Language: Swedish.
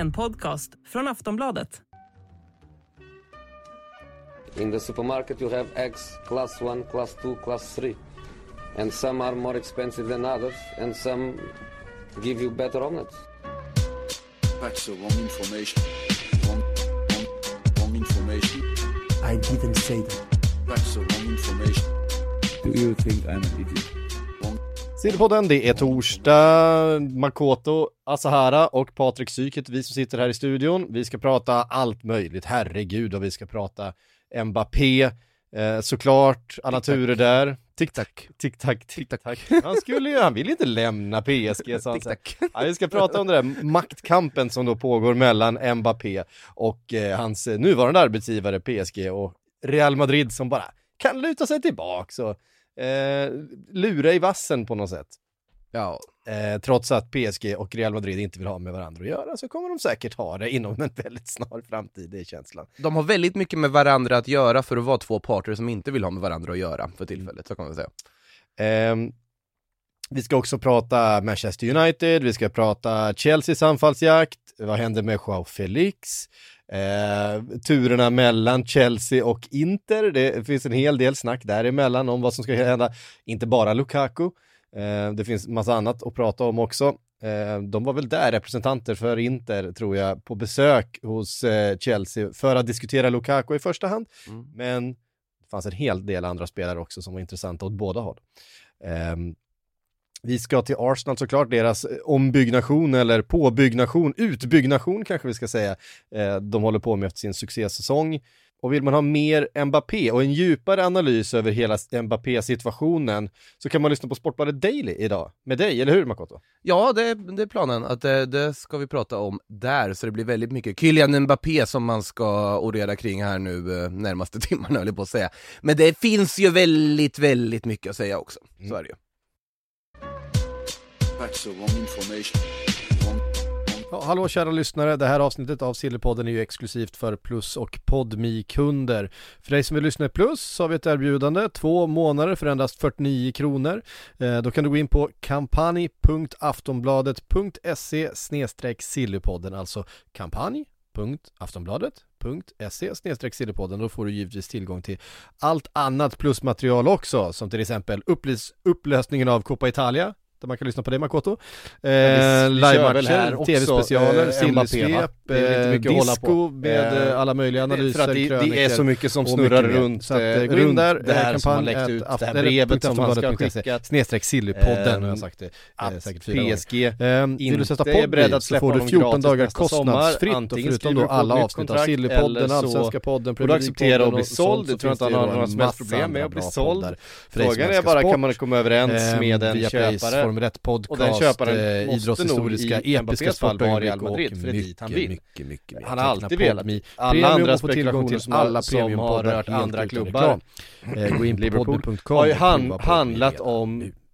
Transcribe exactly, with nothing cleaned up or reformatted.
En podcast från Aftonbladet. In the supermarket you have eggs class one, class two, class three. And some are more expensive than others, and some give you better omelets. That's the wrong information. Wrong, wrong, wrong information. I didn't say that. That's the wrong information. Do you think I'm an idiot? Wrong. Sillypodden, det är torsdag. Makoto Asahara och Patrik Syk, vi som sitter här i studion. Vi ska prata allt möjligt, herregud, och vi ska prata Mbappé, eh, såklart, alla turer där. Tick-tack, tick-tack, tick-tack. Han skulle ju, han vill inte lämna P S G. Så ja, vi ska prata om den där maktkampen som då pågår mellan Mbappé och eh, hans nuvarande arbetsgivare P S G och Real Madrid som bara kan luta sig tillbaka och eh, lura i vassen på något sätt. Ja, eh, trots att P S G och Real Madrid inte vill ha med varandra att göra så kommer de säkert ha det inom en väldigt snar framtid, det är känslan. De har väldigt mycket med varandra att göra för att vara två parter som inte vill ha med varandra att göra för tillfället, så kan man säga. Eh, vi ska också prata Manchester United, vi ska prata Chelseas anfallsjakt, vad händer med Joao Felix, eh, turerna mellan Chelsea och Inter, det finns en hel del snack däremellan om vad som ska hända, inte bara Lukaku. Det finns massa annat att prata om också. De var väl där representanter för Inter, tror jag, på besök hos Chelsea för att diskutera Lukaku i första hand. Mm. Men det fanns en hel del andra spelare också som var intressanta åt båda håll. Vi ska till Arsenal såklart, deras ombyggnation eller påbyggnation, utbyggnation kanske vi ska säga. De håller på med sin succésäsong. Och vill man ha mer Mbappé och en djupare analys över hela Mbappé-situationen så kan man lyssna på Sportbladet Daily idag. Med dig, eller hur Makoto? Ja, det, det är planen. Att det, det ska vi prata om där. Så det blir väldigt mycket Kylian Mbappé som man ska orera kring här nu eh, närmaste timmarna, höll jag på att säga. Men det finns ju väldigt, väldigt mycket att säga också. Mm. Så är det ju. That's the wrong information. Wrong. Ja, hallå kära lyssnare, det här avsnittet av Sillypodden är ju exklusivt för Plus och Podme-kunder. För dig som vill lyssna i Plus så har vi ett erbjudande, två månader för endast fyrtionio kronor. Eh, då kan du gå in på kampanj punkt aftonbladet punkt se snedstreck sillypodden, alltså kampanj punkt aftonbladet punkt se snedstreck sillypodden. Då får du givetvis tillgång till allt annat plusmaterial också, som till exempel upplös- upplösningen av Coppa Italia, där man kan lyssna på det, Makoto. Eh, live-matcher, tv-specialer, eh, sillsvep, eh, disco med eh, alla möjliga analyser. För att det, det är så mycket som snurrar runt, så att, eh, gå in där, det här som har läckt ut, det här brevet som man ska skicka, snedstreck sillypodden, har jag sagt det. Att säkert P S G eh, vill du sätta Podme så får du fjorton dagar kostnadsfritt, och förutom då alla avsnitt av Sillypodden, Allsvenska podden, och du accepterar att bli såld. Jag tror inte han har några som helst problem med att bli såld. Frågan är bara, kan man komma överens med en köpare Rätt podcast, och den köparen idrottshistoriska, episka spelögonblick och mycket, mycket, mycket, mycket, han har alltid velat. Alla andra spekulationer som, alla som har rört andra klubbar, gå in på podme punkt com, har ju han handlat om